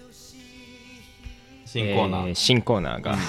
新コーナー、 新コーナーが、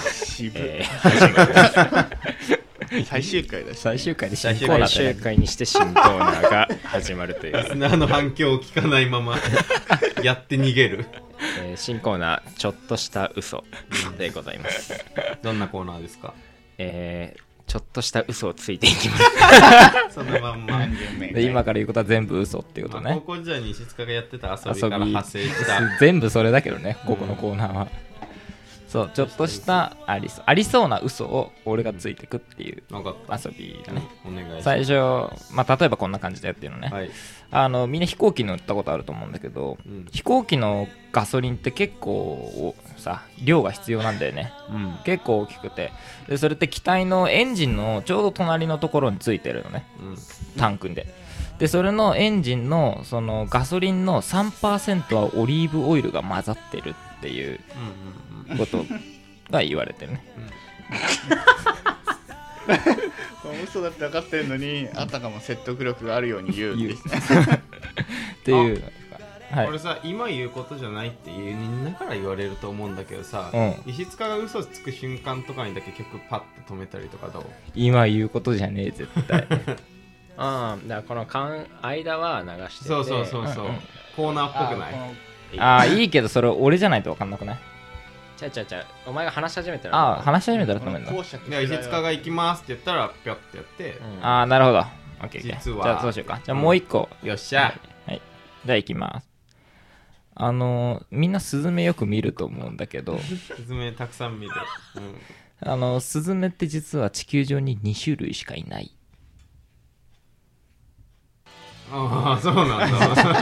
最終回だし、 最終回で新コーナー、最終回にして新コーナーが始まるというリスナーの反響を聞かないままやって逃げる、 新コーナーちょっとした嘘でございます。 どんなコーナーですか？ ちょっとした嘘をついていきますそのまんまで今から言うことは全部嘘っていうことね。 高校時代に石塚がやってた遊びから派生した全部それだけどね、ここのコーナーは。そう、ちょっとしたありそうな嘘を俺がついてくっていう遊びだね。 お願いします。 最初、例えばこんな感じでやってるのね、はい、みんな飛行機乗ったことあると思うんだけど、飛行機のガソリンって結構さ量が必要なんだよね、結構大きくて、でそれって機体のエンジンのちょうど隣のところについてるのね、タンクで。でそれのエンジンのそのガソリンの 3% はオリーブオイルが混ざってるっていうことが言われてるね。 嘘だって分かってるのに、あたかも説得力があるように言うんですねっていう、 はい、俺さ、今言うことじゃないってみんなから言われると思うんだけどさ、石塚が嘘つく瞬間とかにだけ曲パッて止めたりとかどう？ 今言うことじゃねえ絶対だからこの間は流してて、 そう、コーナーっぽくない？ いいけどそれ俺じゃないと分かんなくない？ ちゃお前が話し始めたら話し始めたら止めるの？ 石塚が行きますって言ったらピョってやって、 なるほど、オッケー。 実はじゃあどうしようか。じゃあもう一個、 よっしゃ、 はい、じゃあ行きます。みんなスズメよく見ると思うんだけどスズメたくさん見る、 スズメって実は地球上に2種類しかいない。 ああ、そうなんだ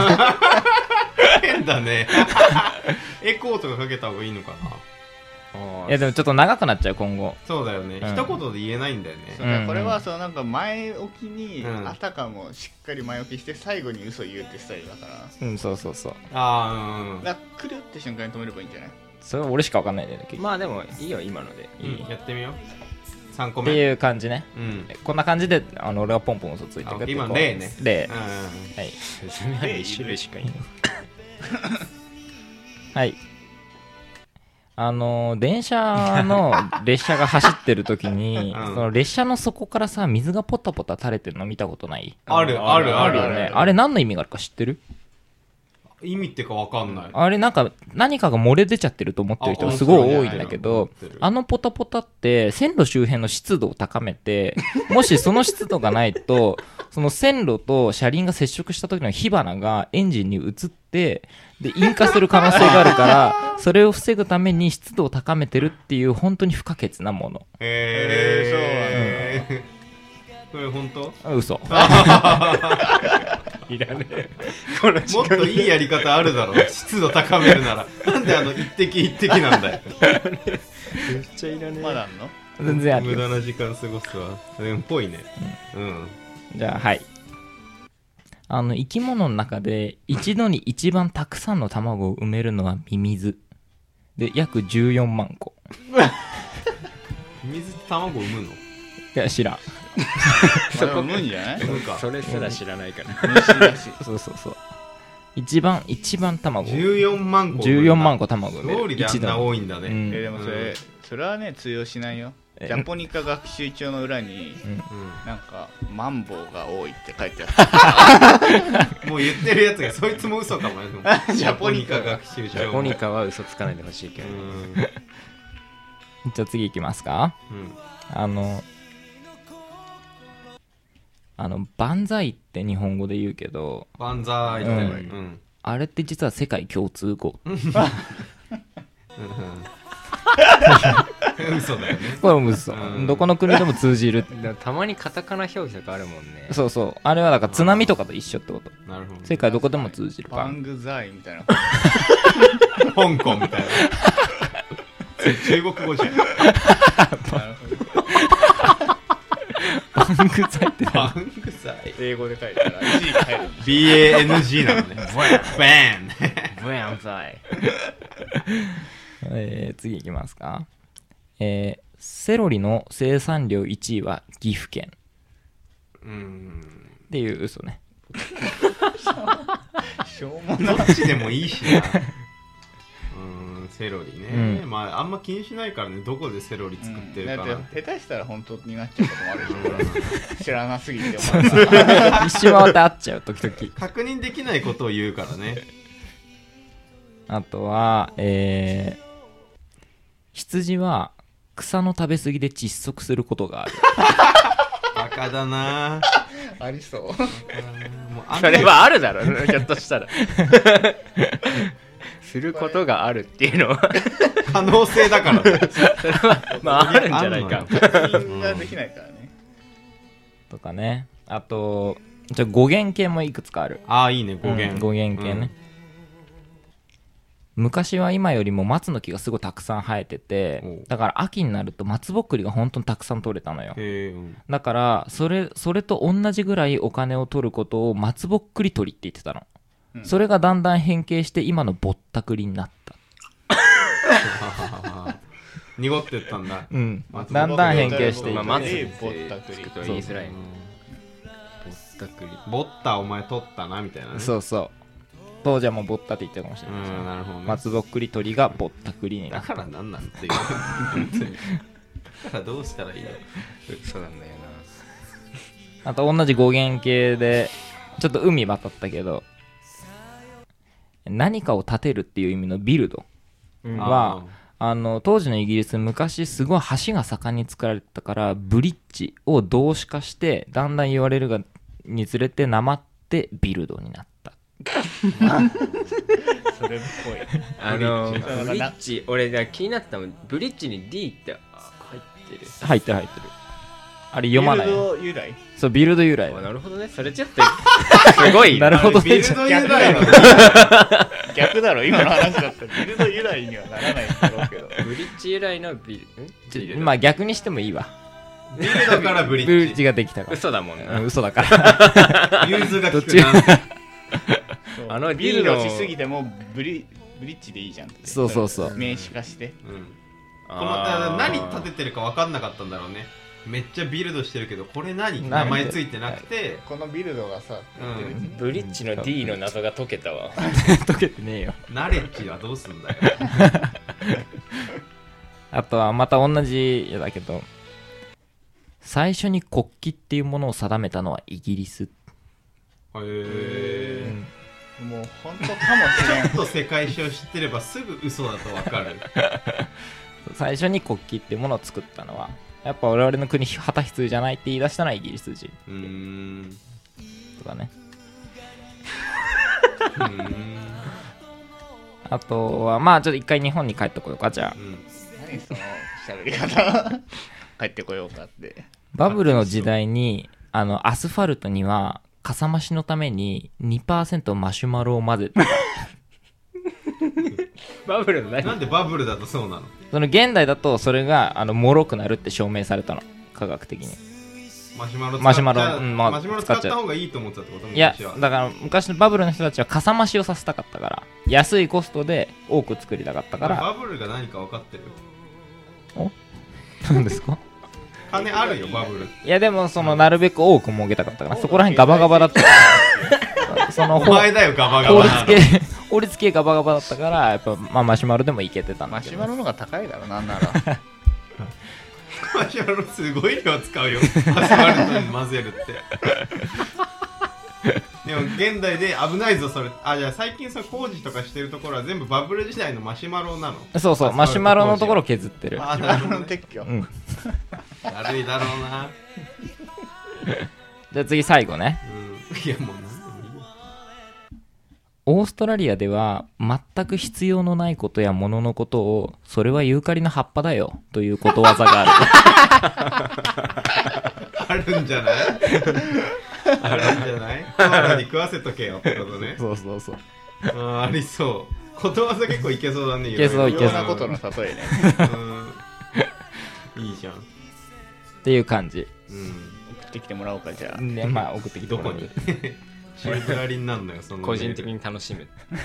変だねエコーとかかけた方がいいのかな。 いやでもちょっと長くなっちゃう今後。 そうだよね、一言で言えないんだよね。 これはなんか前置きに、あたかもしっかり前置きして最後に嘘言うってスタイルだから。 そうだ来るって瞬間に止めればいいんじゃない？ それは俺しか分かんないんだよね。 まあでもいいよ今ので、 やってみよう。3個目っていう感じね、こんな感じで俺がポンポン嘘ついてくって今例ね。 例、 はい。スズメは1種類しかいないはい。電車の列車が走ってる時に、その列車の底からさ水がポタポタ垂れてるの見たことない？ あるよね。あれ何の意味があるか知ってる？ 意味ってか分かんない。 あれなんか何かが漏れ出ちゃってると思ってる人がすごい多いんだけど、ポタポタって線路周辺の湿度を高めてもしその湿度がないとその線路と車輪が接触した時の火花がエンジンに移ってで引火する可能性があるからそれを防ぐために湿度を高めてるっていう本当に不可欠なもの。 そうなんだ。これ本当？ 嘘いらねえもっといいやり方あるだろ湿度高めるなら。なんで一滴一滴なんだよめっちゃいらねえ。 まだあんの？ 全然ある。 無駄な時間過ごすわ。っぽいね。 じゃあはい。生き物の中で一度に一番たくさんの卵を産めるのはミミズで約14万個。 ミミズって卵産むの？ いや知らんそこ産むんじゃない？ それすら知らないからそう一番卵 14万個 14万個卵産める。 通りであんな多いんだね。 でもそれはね通用しないよ。ジャポニカ学習帳の裏になんかマンボウが多いって書いてあるもう言ってるやつがそいつも嘘かもねジャポニカ学習帳。 ジャポニカは嘘つかないでほしいけどじゃあ次いきますか。万歳って日本語で言うけど万歳って、 あれって実は世界共通語嘘だよね。 これも嘘、どこの国でも通じる。 たまにカタカナ表記とかあるもんね。 そうあれはだから津波とかと一緒ってこと。 なるほど。 世界どこでも通じる。 バングザイみたいな香港みたいな中国語じゃん。なるほど。 バングザイってバングザイ英語で書いたら G 書いる BANG なのね。 バンザイ次いきますか。セロリの生産量1位は岐阜県っていう嘘ね。 しょうもない。 どっちでもいいしなセロリね、まああんま気にしないからね、どこでセロリ作ってるかな、 だって下手したら本当になっちゃうこともあるし知らなすぎて一周回って会っちゃう時々 確認できないことを言うからね。 あとは羊は草の食べ過ぎで窒息することがある。 バカだなありそう。 もうそれはあるだろひょっとしたらすることがあるっていうのは可能性だからね。 それはまああるんじゃないか。 確認ができないからね。 とかね。あと語源系もいくつかある。 ああいいね、語源、 語源系ね、昔は今よりも松の木がすごいたくさん生えてて、だから秋になると松ぼっくりが本当にたくさん取れたのよ。だからそれと同じぐらいお金を取ることを松ぼっくり取りって言ってたの、それがだんだん変形して今のぼったくりになった濁ってったんだ。 だんだん変形していって、 まずぼったくりと言いづらい。ぼったくり、 ぼったお前取ったなみたいなね。 そうそう、当時はもうぼったって言ってるかもしれない。 なるほどね。 松ぼっくり取りがぼったくりになった。 だからなんなんていうだからどうしたらいいの。 そうなんだよな。あと同じ語源系でちょっと海渡ったけど、何かを建てるっていう意味のビルドは、当時のイギリス、昔すごい橋が盛んに作られてたから、ブリッジを動詞化してだんだん言われるにつれてなまってビルドになった。 それっぽい。 ブリッジ、俺が気になったのブリッジに D って入ってるあれ読まない。 ビルド由来。 そう、ビルド由来。 なるほどね。それちょっとすごいなるほどね。 ビルド由来の逆だろ、今の話だったらビルド由来にはならないんだろうけど。 ブリッジ由来のビルまあ逆にしてもいいわ。 ビルドからブリッジができたから。 嘘だもんな。 嘘だから融通が利くな。 ビルドしすぎてもブリッジでいいじゃんって。 そう。 名詞化して。 何立ててるか分かんなかったんだろうね。めっちゃビルドしてるけどこれ何名前ついてなくて、 このビルドがさ、 ブリッジの D の謎が解けたわ。 解けてねえよ。 ナレッジはどうすんだよ。 あとはまた同じだけど、最初に国旗っていうものを定めたのはイギリス。 もう本当かもしれん。 ちょっと世界史を知ってればすぐ嘘だと分かる。 最初に国旗っていうものを作ったのはやっぱ我々の国旗必要じゃないって言い出したのはイギリス人とかね。あとはまあちょっと一回日本に帰ってこようか。じゃあ、 何その喋り方帰ってこようかって。 バブルの時代にアスファルトにはかさ増しのために 2% マシュマロを混ぜてバブルの何？ なんでバブルだとそうなの？ その現代だとそれが脆くなるって証明されたの、科学的に。 マシュマロ使った方がいいと思ってたってこと？ いや、だから昔のバブルの人たちはかさ増しをさせたかったから、安いコストで多く作りたかったから。 バブルが何か分かってる？ お？何ですか？ 金あるよバブル。 いやでもそのなるべく多く儲けたかったから、そこら辺ガバガバだったそのお前だよガバガバなの。 法律系ガバガバだったから、やっぱまあマシュマロでもいけてたんだけど。 マシュマロの方が高いだろなんなら。 マシュマロすごい量使うよ。マシュマロに混ぜるって。でも現代で危ないぞそれ。じゃあ最近その工事とかしてるところは全部バブル時代のマシュマロなの？ そうそう、マシュマロのところ削ってる。 マシュマロの撤去。 悪いだろうな。 じゃあ次最後ね。 いやもう何でもいいよ。 オーストラリアでは全く必要のないことや物のことを、それはユーカリの葉っぱだよということわざがある。あるんじゃない？あるんじゃない？コアラに食わせとけよってことね。 そう。 ありそう。ことわざ結構いけそうだね。 いけそう。 いろんなことの例えね。 いいじゃん。 っていう感じ。 送ってきてもらおうかじゃあ。 ね、まあ送ってきてもらおう。どこに？シュートラリになるのよその。 個人的に楽しむ。 ち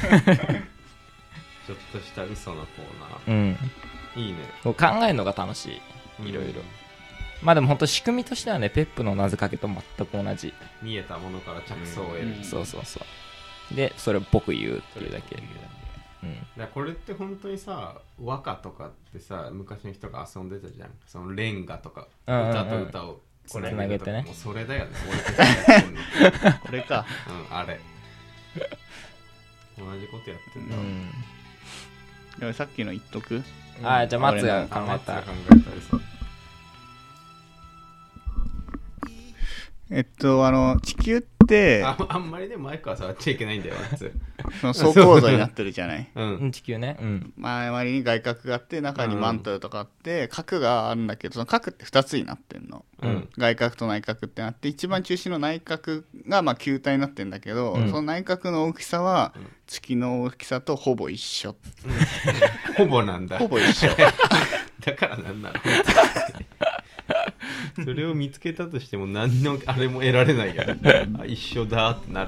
ょっとした嘘のコーナー。いいね。 考えるのが楽しい。いろいろ。まあでも本当仕組みとしてはね、ペップの名付かけと全く同じ。 見えたものから着想を得る。 そう。でそれっぽく言うっていうだけ。 だこれって本当にさ、和歌とかってさ、昔の人が遊んでたじゃん。そのレンガとか、歌と歌をつなげてね。もうそれだよね。 これか。 あれ。同じことやってんだ。 でもさっきの言っとく。 じゃあ松が考えた。 地球ってあんまりねマイクは触っちゃいけないんだよ。 その層構造になってるじゃない。 地球ね。 周りに外殻があって中にマントルとかあって核があるんだけど、その核って2つになってんの。外殻と内核ってなって、一番中心の内核がまあ球体になってんだけど、その内核の大きさは月の大きさとほぼ一緒。 ほぼなんだ。 ほぼ一緒。 だからなんだろう。それを見つけたとしても何のあれも得られないやん。一緒だってなる。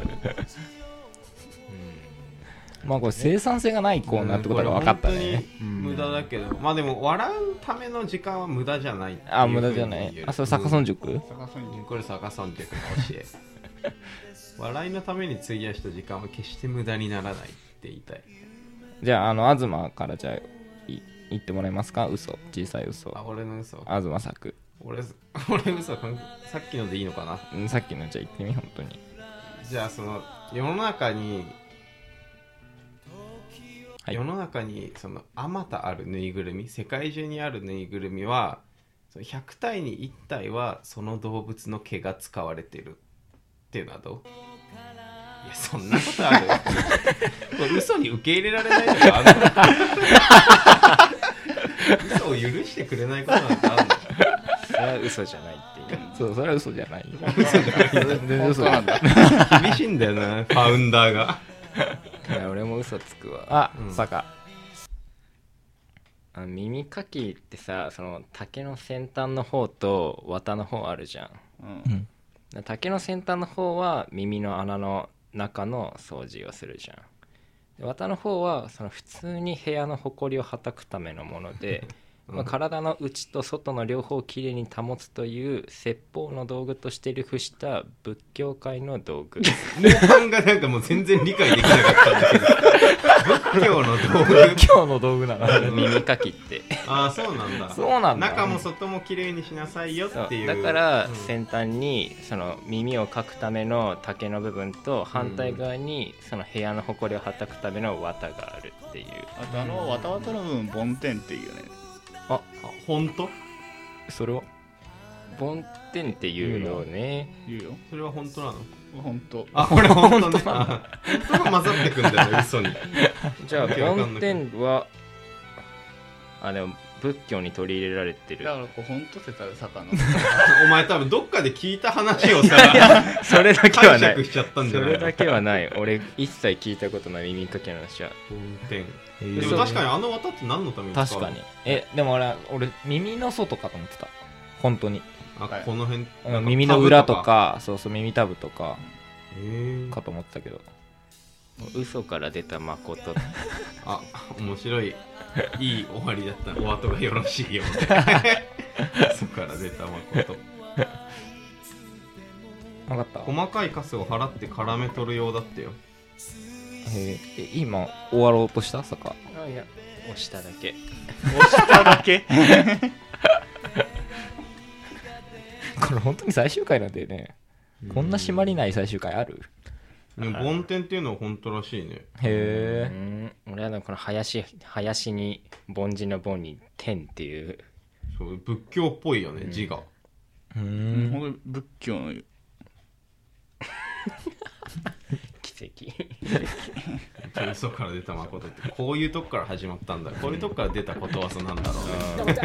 まあこれ生産性がないコーナーってことが分かったね。 無駄だけど、まあでも笑うための時間は無駄じゃないっていう。 無駄じゃない。それ坂村塾？ これ坂村塾の教え。笑いのために費やした時間は決して無駄にならないって言いたい。 じゃあ東からじゃあ言ってもらえますか。嘘、小さい嘘。 俺の嘘。 東作。 俺嘘さっきのでいいのかな。 さっきのじゃあ言ってみ、本当に。 じゃあその世の中にそのあまたあるぬいぐるみ、世界中にあるぬいぐるみは100体に1体はその動物の毛が使われてるっていうのはどう？いやそんなことある？これ嘘に受け入れられないとかあるの？嘘を許してくれないことなんてあるの？ それは嘘じゃないっていう。 そう、それは嘘じゃない。 嘘じゃない。全然嘘なんだ。厳しいんだよな、ファウンダーが。 いや俺も嘘つくわ。 坂。 耳かきってさ、その竹の先端の方と綿の方あるじゃん。竹の先端の方は耳の穴の中の掃除をするじゃん。綿の方はその普通に部屋のほこりをはたくためのもので、体の内と外の両方をきれいに保つという説法の道具として流した仏教界の道具。 後半がなんかもう全然理解できなかったんだけど。仏教の道具。 仏教の道具なの。 耳かきって。 そうなんだ。 そうなんだ。 中も外もきれいにしなさいよっていう。 だから先端にその耳をかくための竹の部分と、反対側にその部屋のほこりをはたくための綿があるっていう。 あと綿綿の部分梵天っていうね。 本当？ それは梵天っていうのね。 言うよ。 それは本当なの？ 本当。 これ本当ね。本当が混ざってくんだよ、嘘に。 じゃあ梵天はでも仏教に取り入れられてる。 だから本当説ある坂の。 お前多分どっかで聞いた話をさ、 それだけはない。 解釈しちゃったんじゃない？ それだけはない。俺一切聞いたことない耳かきの話は。 梵天。でも確かにあの綿って何のために使うの？ 確かに。でも俺耳の外かと思ってた。本当に。 この辺耳の裏とか、そうそう耳たぶとかかと思ってたけど。 嘘から出た誠。 面白い。いい終わりだった。お後がよろしいよ。嘘から出た誠。 分かった。 細かいカスを払って絡め取るようだってよ。 今終わろうとした坂？ いや、押しただけ。 押しただけ？ これ本当に最終回なんだよね。こんな締まりない最終回ある？ 梵天っていうのは本当らしいね。 へえ。俺はこの林に凡人の凡に天っていう。 そう仏教っぽいよね、字が。 本当に仏教の奇跡。嘘から出た誠ってこういうとこから始まったんだ。こういうとこから出たことわざなんだろうね。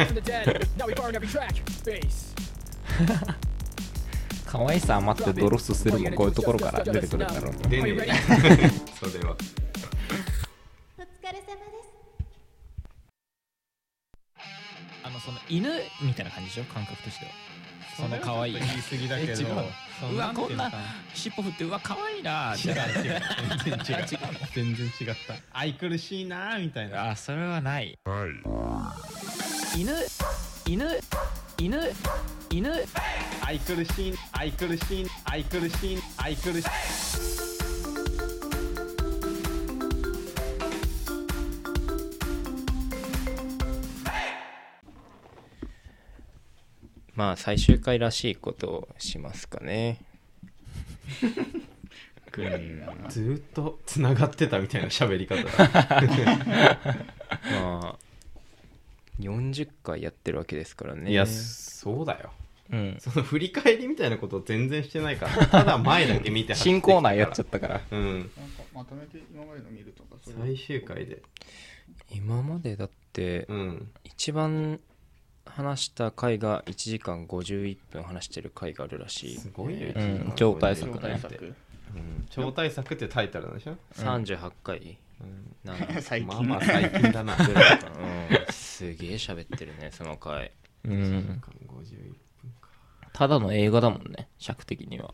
可愛さ余ってドロスするもこういうところから出てくるんだろうね。 出ねえ。それは。 お疲れ様です。 その犬みたいな感じでしょ、感覚としては。その可愛い。 言い過ぎだけど。 うわこんな尻尾振ってうわ可愛いな。 全然違った。愛くるしいなみたいな。 それはない。犬愛くるしい。 まあ最終回らしいことをしますかね。 ずーっとつながってたみたいな喋り方だまあ40回やってるわけですからね。 いやそうだよ、 うん、 その振り返りみたいなこと全然してないからただ前だけ見て新コーナーやっちゃったから、 うん、 なんかまとめて今までの見るとか最終回で今までだって、うん、一番話した回が1時間51分話してる回があるらしい。 すごいよ、 超大作ね。 超大作ってタイトルなんでしょ。 38回、 最近まあ最近だなすげえ喋ってるねその回。 1時間51分か。 ただの映画だもんね、尺的には。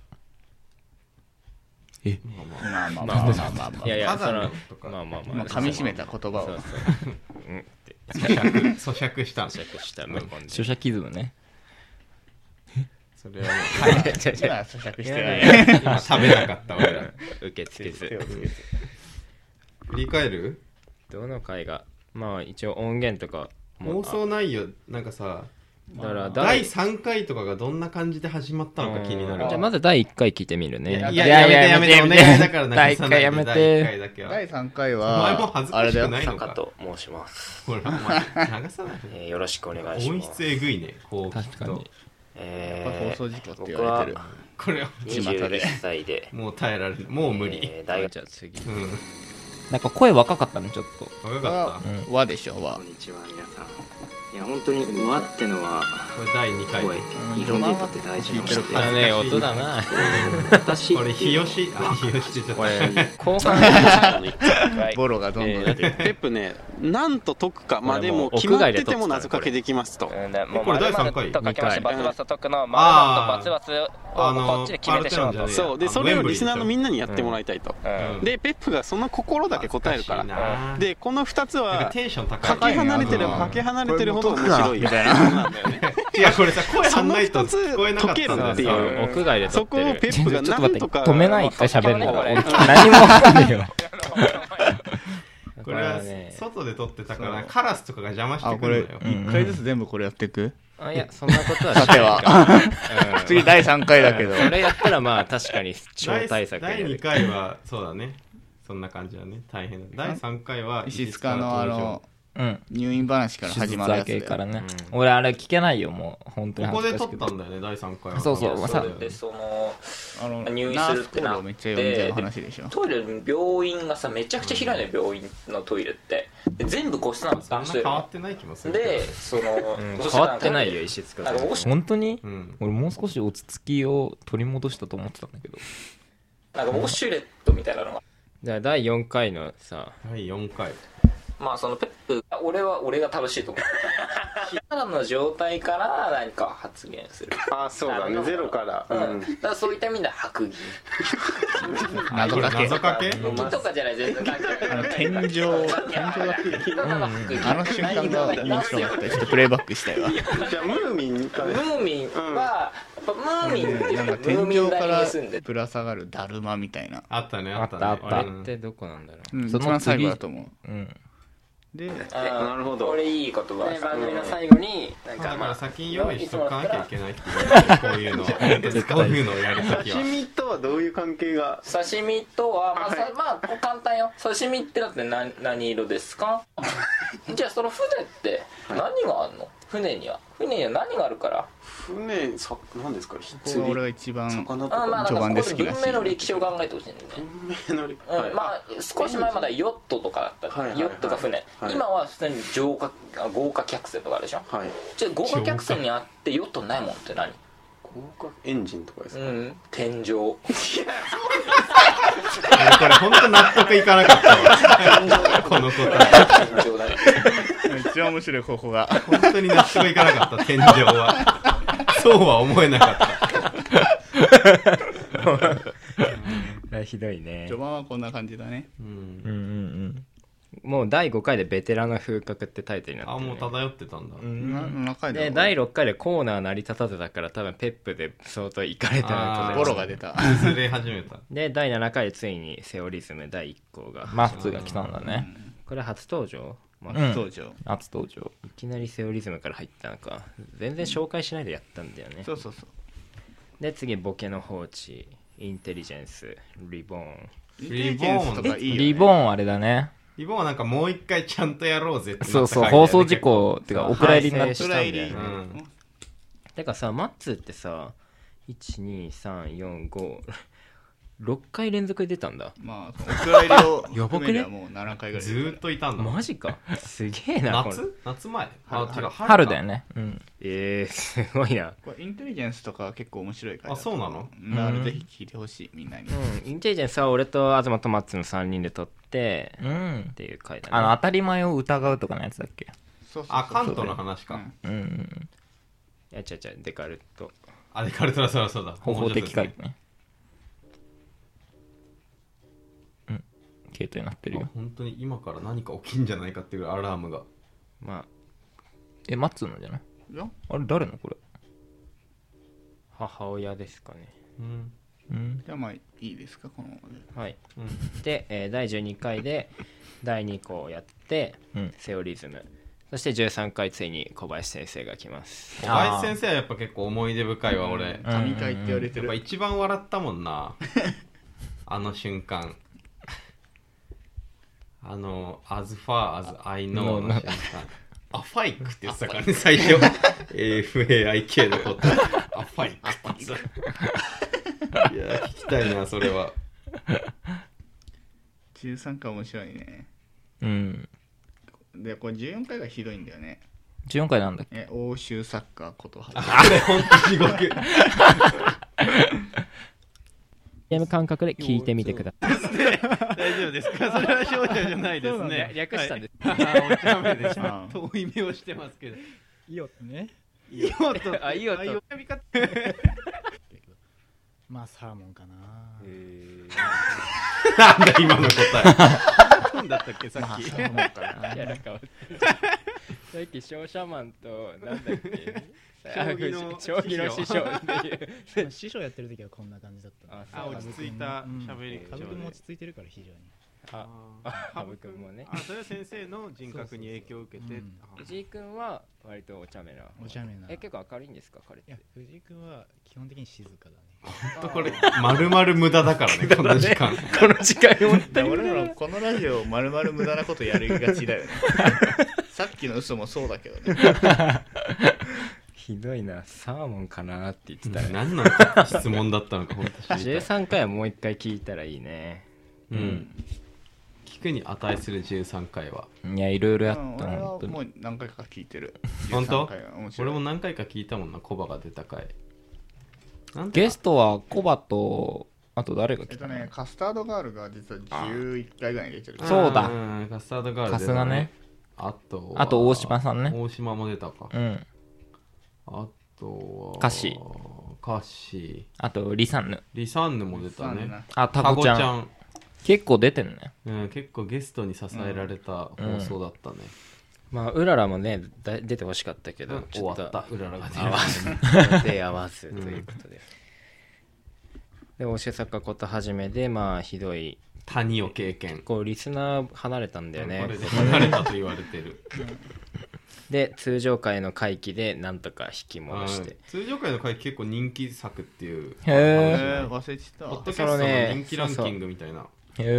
まあまあまあまあまあまあ、 いやいや、そのまあまあまあ噛み締めた言葉を咀嚼した咀嚼ズムね。 それはもう今咀嚼してない今食べなかった俺ら受け付けず。 振り返るどの回がまあ一応音源とか放送内容なんかさ、だから第3回とかがどんな感じで始まったのか気になる。 じゃあまず第1回聞いてみるね。 いややめてお願いだから第1回やめて。 第3回はお前も恥ずかしくないのか。 坂と申します。 ほらお前流さないよろしくお願いします。 音質えぐいね。こう確かに。 放送事故って言われてる。 これは 21歳でもう耐えられない。もう無理。 大学じゃあ次。 なんか声若かったねちょっと。 若かった。和でしょ和。 こんにちは皆さん。いや本当に和ってのはこれ第2回声色にとって大事なことだね。音だな。 私これ日吉って言っちゃった。 これ後半ボロがどんどん出てる。 ペップねなんと解くかまでも決まってても謎かけできますと。 これ第3回。 と書きましてバツバツと解くのバツバツをこっちで決めてしまうと。 そうでそれをリスナーのみんなにやってもらいたいと。でペップがその心だけ答えるから。でこの2つはかけ離れてればかけ離れてるほど面白いみたいな。 いやこれさ声張んないと聞こえなかったんだよ。 っていう屋外で撮ってる。 そこをペップがなんとか止めないって喋るのが何もわかんないよ。 これは外で撮ってたからカラスとかが邪魔してくるのよ。 1回ずつ全部これやっていく。 いやそんなことはさては次第3回だけどそれやったらまあ確かに超大作。 第2回はそうだねそんな感じだね大変だ。第3回は石塚の入院話から始まるやつだからね。俺あれ聞けないよもう本当に。 ここで撮ったんだよね第3回は。 そうそう。 でその入院するってなってトイレ病院がさめちゃくちゃ広いのよ病院のトイレって。全部個室なんですよ。 そんな変わってない気もする。 でその変わってないよ石塚さん。 本当に俺もう少し落ち着きを取り戻したと思ってたんだけど。 なんかウォシュレットみたいなのが。 じゃあ第4回のさ第4回まあそのペップ俺が正しいと思う。ただの状態から何か発言する。 あそうだねゼロから。 だからそういった意味で白銀。 謎かけ銀とかじゃない全然関係ない。 天井が来る。あの瞬間が面白かった。ちょっとプレイバックしたいわ。 じゃあムーミンはムーミンなんか天井からぶら下がるだるまみたいな。 あったねあった。 あれってどこなんだろう。 その最後だと思う。でなるほど。 これいい言葉。 番組の最後にだから先に用意しとかなきゃいけないっていうこういうのをやるときは。 刺身とはどういう関係が。 刺身とはまあ簡単よ。刺身ってだって何色ですか。じゃあその船って何があるの。船には何があるから。 船何ですか。 俺が一番序盤で好きな文明の歴史を考えてほしいんだよね。 文明の歴史。 まあ少し前までヨットとかだった。ヨットか船。今は普通に豪華客船とかあるでしょ。じゃあ豪華客船にあってヨットないもんって何。 豪華エンジンとかですか。 天井。 これ本当納得いかなかったわ。この答え。 天井だね。 一番面白い方法が本当に納得いかなかった天井は。そうは思えなかった。 ひどいね。 序盤はこんな感じだね。 もう第5回でベテランの風格ってタイトルになってる、ね。 もう漂ってたんだ。 で第6回でコーナー成り立たせたから多分ペップで相当いかれたボロが出た。 崩れ始めた。 で第7回でついにセオリズム第1項がマッツが来たんだね。 これ初登場初登場、 初登場。 いきなりセオリズムから入ったのか。全然紹介しないでやったんだよね。 そうそうそう。 で次ボケの放置、インテリジェンス、リボーン。 リボーンとかいいよね。 リボーンあれだね。 リボーンはなんかもう一回ちゃんとやろうぜってそうそう、放送事故ってかお蔵入りになっしたんだよね。 うんてかさ、マッツーってさ、12345 6回連続で出たんだ。 まあお蔵入りを含めりゃもう7回ぐらいずーっといたんだ。 マジか、すげえな。 夏前春だよね。うん。 すごいな。 これインテリジェンスとか結構面白いから。 あ、そうなの？ だからぜひ聞いてほしいみんなに。 インテリジェンスは俺と東とマッツーの3人で撮ってっていう回だね。 当たり前を疑うとかのやつだっけ？ そうあ、カントの話か。 いや違うデカルト。 あ、デカルトだ、そうだ。 方法的回ね。携帯鳴ってるよ。 本当に今から何か起きんじゃないかっていうアラームが。 まあ、マッツーのじゃない？ いや、 あれ誰のこれ？ 母親ですかね。 じゃあまあいいですかこの。 はい。で、第12回で第2項をやって、セオリズム。そして13回ついに小林先生が来ます。 小林先生はやっぱ結構思い出深いわ俺。 神回って言われてる。 やっぱ一番笑ったもんな。あの瞬間。as far as I know の瞬間。アファイクって言ってたからね、最初。AFAIK のこと。アファイクって言ってた。いや、聞きたいな、それは。 13回面白いね。で、これ14回がひどいんだよね。 14回なんだっけ？ 欧州サッカーことは。 あれ、ほんと地獄。 ゲーム感覚で聞いてみてください。 大丈夫ですか？それは少女じゃないですね。 略したんです。 お茶目でしょ。遠い目をしてますけど。 イオとね。 イオと。 あ、イオと。 まあサーモンかな。 なんだ今の答え。何だったっけさっき。 いやなんかさっき商社マンとなんだっけ。将棋の師匠っていう。 師匠やってる時はこんな感じだった。 落ち着いた喋り。 羽生君も落ち着いてるから非常に。 羽生君もね。 それは先生の人格に影響を受けて。 藤井君は割とお茶目な。結構明るいんですか彼って。 いや藤井君は基本的に静かだね。 ほんとこれ丸々無駄だからねこの時間。 この時間もったいない。 俺らこのラジオ丸々無駄なことやりがちだよね。さっきの嘘もそうだけどね。 ひどいな、サーモンかなって言ってたら、 何の質問だったのか本当知りたい。 13回はもう一回聞いたらいいね。 聞くに値する13回は。 いやいろいろやった。 俺はもう何回か聞いてる。 本当？俺も何回か聞いたもんな、コバが出た回。 ゲストはコバとあと誰が来たの？ カスタードガールが実は11回ぐらい出てる。 そうだ。 カスタードガールさすがね。 あと大島さんね。 大島も出たか。あとはカッシー。 あとリサンヌも出たね。 タコちゃん結構出てんね。 結構ゲストに支えられた放送だったね。 まあうららもね出てほしかったけど終わった。うららが出合わずということで。で欧州サッカーことはじめでまあひどい谷を経験。 こうリスナー離れたんだよね。 離れたと言われてる。 で通常回の回帰でなんとか引き戻して。 通常回の回帰結構人気作っていう。 忘れてた。 ポッドキャストの人気ランキングみたいな。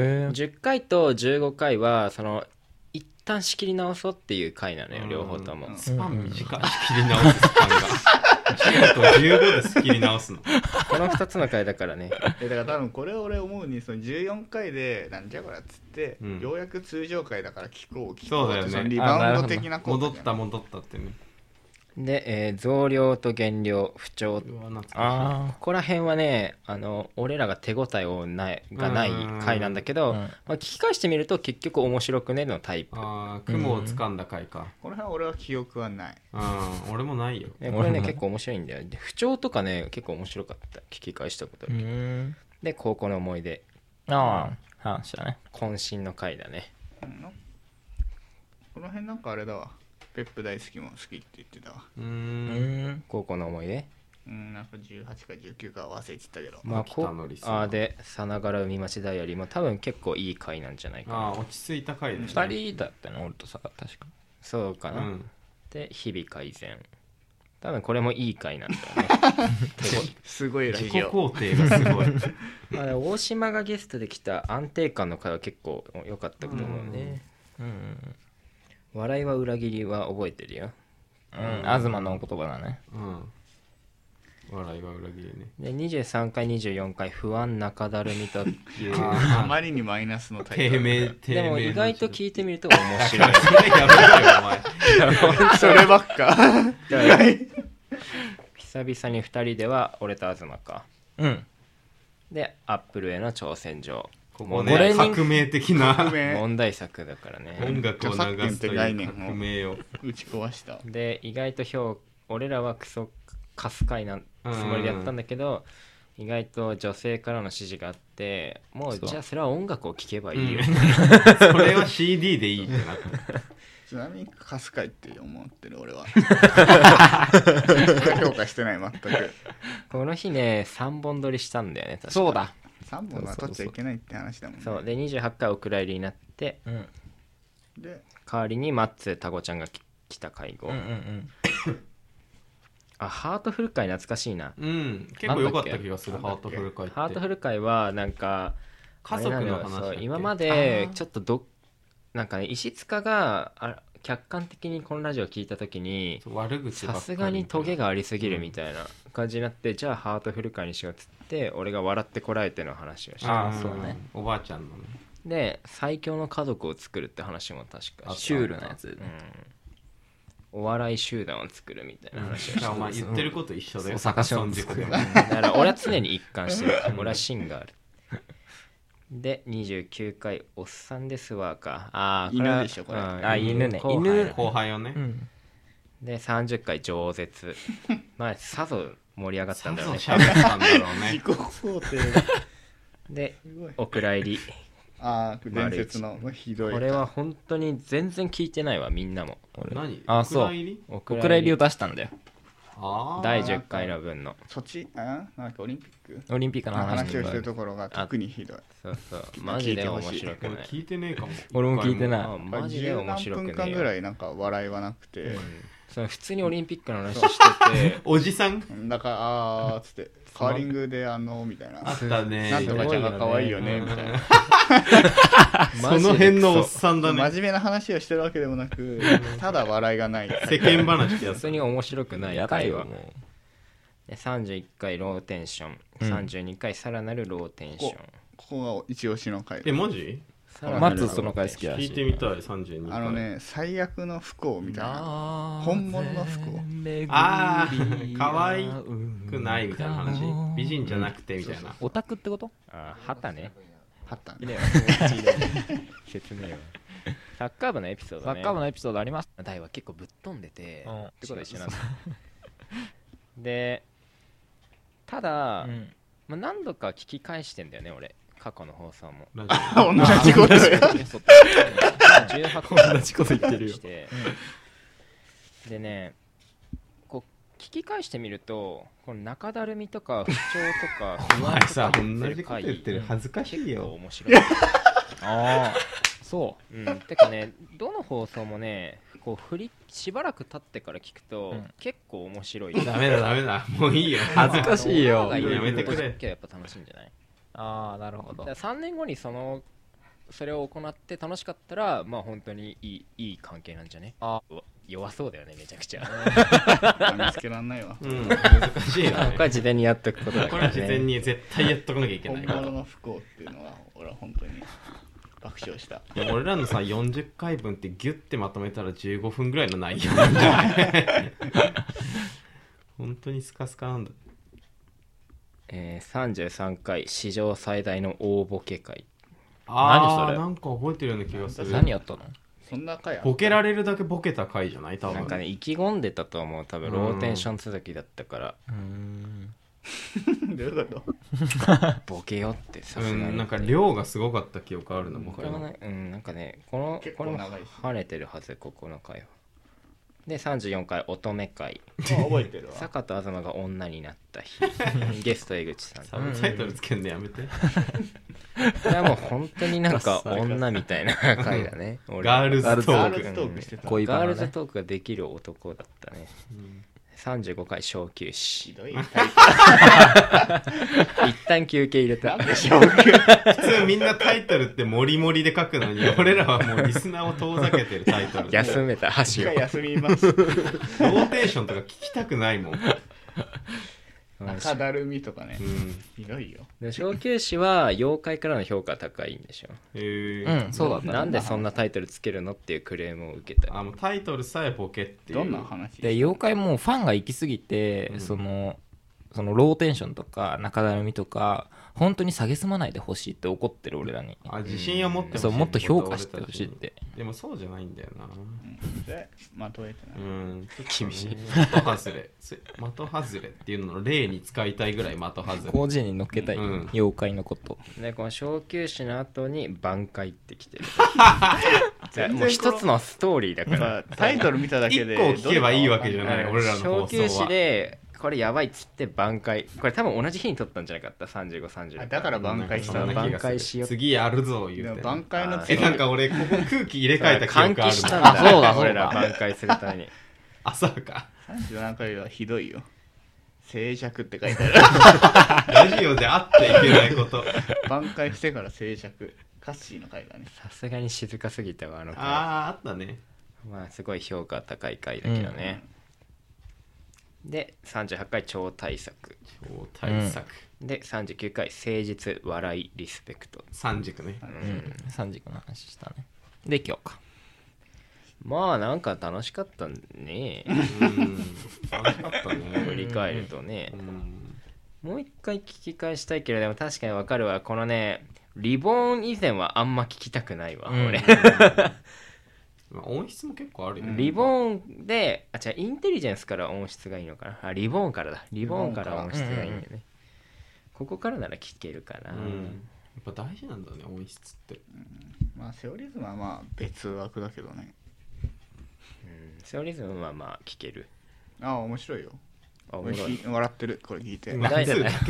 10回と15回はその一旦仕切り直そうっていう回なのよ両方とも。 スパン短い。仕切り直すスパンが。10と15で仕切り直すの。 この2つの回だからね。 だから多分これ俺思うにその14回でなんじゃこれっつって、ようやく通常回だから聞こうそうだよね。 リバウンド的な戻ったってね。 で、増量と減量不調、ここら辺はね俺らが手応えがない回なんだけど、まあ、聞き返してみると結局面白くねのタイプ。 雲を掴んだ回か。 この辺は俺は記憶はない。 俺もないよ。 これね結構面白いんだよ。で不調とかね結構面白かった。聞き返したことある。で高校の思い出話だね。 渾身の回だね。 この辺なんかあれだわ。ペップ大好きも好きって言ってたわ。 高校の思い出なんか18か19か忘れてたけど、 まあでさながら海町ダイアリーも多分結構いい回なんじゃないかな。 落ち着いた回で、ね、 2人だったの俺とさ確かそうかな、で日々改善、多分これもいい回なんだよねすごいラジオ自己肯定がすごいまあ大島がゲストで来た安定感の回は結構良かったと思うね。笑いは裏切りは覚えてるよ。 東の言葉だね。 笑いは裏切りね。 で23回24回不安中だるみというあまりにマイナスのタイトル。 でも意外と聞いてみると面白いそればっか久々に2人では俺と東か。でアップルへの挑戦状、 ここね革命的な問題作だからね。 音楽を流すという革命を打ち壊した。 で意外と俺らはクソカス回なつもりでやったんだけど、意外と女性からの指示があって、もうじゃあそれは音楽を聴けばいいよ、 それは CD でいいってなってちなみにカス回って思ってる俺は評価してない全く。 この日ね3本撮りしたんだよね。確かそうだ、 3本は撮っちゃいけないって話だもんね。 そうで28回お蔵入りになって、で代わりにマッツタコちゃんが来た会合、ハートフル会懐かしいな。 結構良かった気がする。ハートフル会って、 ハートフル会はなんか家族の話、 今までちょっとなんかね石塚が客観的にこのラジオを聞いた時にさすがにトゲがありすぎるみたいな感じになって、じゃあハートフル会にしようっつって俺が笑ってこらえての話をして、 そうね、おばあちゃんのね。 で最強の家族を作るって話も確かシュールなやつ、 お笑い集団を作るみたいな話をして、 お前言ってること一緒だよ。 坂本作る。 だから俺は常に一貫してる。俺は芯がある。で29回おっさんですわか。 犬でしょこれ。 犬ね。 犬後輩をね。 で30回饒舌。まあさぞ盛り上がったんだろうね。 さぞ喋ったんだろうね。 自己肯定でお蔵入り。 伝説のひどい。 これは本当に全然聞いてないわみんなも。 何？ そうお蔵入りを出したんだよ。 第10回の分のそっちなんかオリンピックの話をしてるところが特にひどい。 そうマジで面白くない。 聞いてねえかも。 俺も聞いてない。 マジで面白くない。 10何分間ぐらいなんか笑いはなくて、 普通にオリンピックの話してておじさんだからつってカーリングでみたいなあったね。 なんとかちゃんが可愛いよねみたいなその辺のおっさんだね。 真面目な話をしてるわけでもなく、ただ笑いがない。 世間話ってやつ。 普通に面白くない回は。31回ローテンション、32回さらなるローテンション。 ここが一押しの回。 マジ？ マッツその回好きだし。 聞いてみたい。32回。 最悪の不幸みたいな、本物の不幸。 可愛くないみたいな話。美人じゃなくてみたいな。 オタクってこと？ 旗ね。 旗ね。説明は。サッカー部のエピソードね。 サッカー部のエピソードあります。 大は結構ぶっ飛んでて、ってことは一緒なんだ。で、ただ、何度か聞き返してんだよね俺。過去の放送も同じことよ 18同じこと言ってるよ。でねこう聞き返してみるとこの中だるみとか不調とか不安とか同じこと言ってる恥ずかしいよ。 面白い。そう、てかねどの放送もねこうしばらく経ってから聞くと、結構面白い。 ダメだもういいよ。 恥ずかしいよ。 やめてくれ。 やっぱ楽しいんじゃない？ なるほど。 3年後にそれを行って楽しかったらまあ本当にいい関係なんじゃね？弱そうだよねめちゃくちゃ。 見つけらんないわ。 難しいな。 これは事前にやっとくことだからね。 これは事前に絶対やっとかなきゃいけない。 本物の不幸っていうのは俺は本当に爆笑した。 俺らのさ40回分ってギュッてまとめたら15分ぐらいの内容なんじゃない本当にスカスカなんだ。 33回史上最大の大ボケ会。 何それ？ なんか覚えてるような気がする。 何やったの？ そんな回ボケられるだけボケた回じゃない？多分なんかね意気込んでたと思う。多分ローテンション続きだったから。 どういうこと？ ボケよってさすがに。 なんか量がすごかった記憶あるな僕は。 なんかねこれも跳ねてるはずここの回は。 で34回乙女会覚えてるわ。 坂と東が女になった日ゲスト江口さんサブタイトルつけるのやめて。 これはもう本当になんか女みたいな回だねガールズトークガールズトークしてた。 ガールズトークができる男だったね、35回小休止ひどい。 一旦休憩入れた普通みんなタイトルってモリモリで書くのに、俺らはもうリスナーを遠ざけてるタイトル。 休めた箸を休みます。 ローテーションとか聞きたくないもん。 中だるみとかね。ひどいよ。 で小休止は妖怪からの評価高いんでしょ。 そうだった。 なんでそんなタイトルつけるのっていうクレームを受けた。 もうタイトルさえボケっていう。 どんな話で妖怪もファンが行き過ぎて、そのローテンションとか中だるみとか本当に蔑まないでほしいって怒ってる俺らに。 自信を持ってほしい。 そうもっと評価してほしいって。 でもそうじゃないんだよな。 まとえてない。 厳しい。的外れっていうのの例に使いたいぐらい的外れ。 広辞苑に乗っけたい、妖怪のこと。 でこの小休止の後に挽回ってきてる。もう一つのストーリーだから。 タイトル見ただけで 1個聞けばいいわけじゃない。俺らの放送は。 小休止でこれやばいっつって挽回。これ多分同じ日に撮ったんじゃなかった。35、30。 だから挽回したの。挽回しよう。 次やるぞ言うて。 挽回のなんか俺ここ空気入れ替えた記憶ある。 換気したんだ。そうだ俺ら挽回するために。 朝か。 37回はひどいよ。静寂って書いてある。 ラジオであっていけないこと。 挽回してから静寂。カッシーの回だね。 さすがに静かすぎたわ回。 あったね。 まあすごい評価高い回だけどね。で38回超大作。で39回誠実笑いリスペクト。 三軸ね。 三軸の話したね。で今日か。 まあなんか楽しかったね。 楽しかったね。 振り返るとね。もう一回聞き返したいけど、でも確かにわかるわ。このねリボーン以前はあんま聞きたくないわ、俺。 音質も結構あるよね。 リボーンで違うインテリジェンスから音質がいいのかな。リボーンからだ。リボーンから音質がいいんだよね。ここからなら聞けるかな。 やっぱ大事なんだね音質って。 まあセオリズムはまあ別枠だけどね。 セオリズムはまあ聞ける。 面白いよ。笑ってるこれ聞いて。 第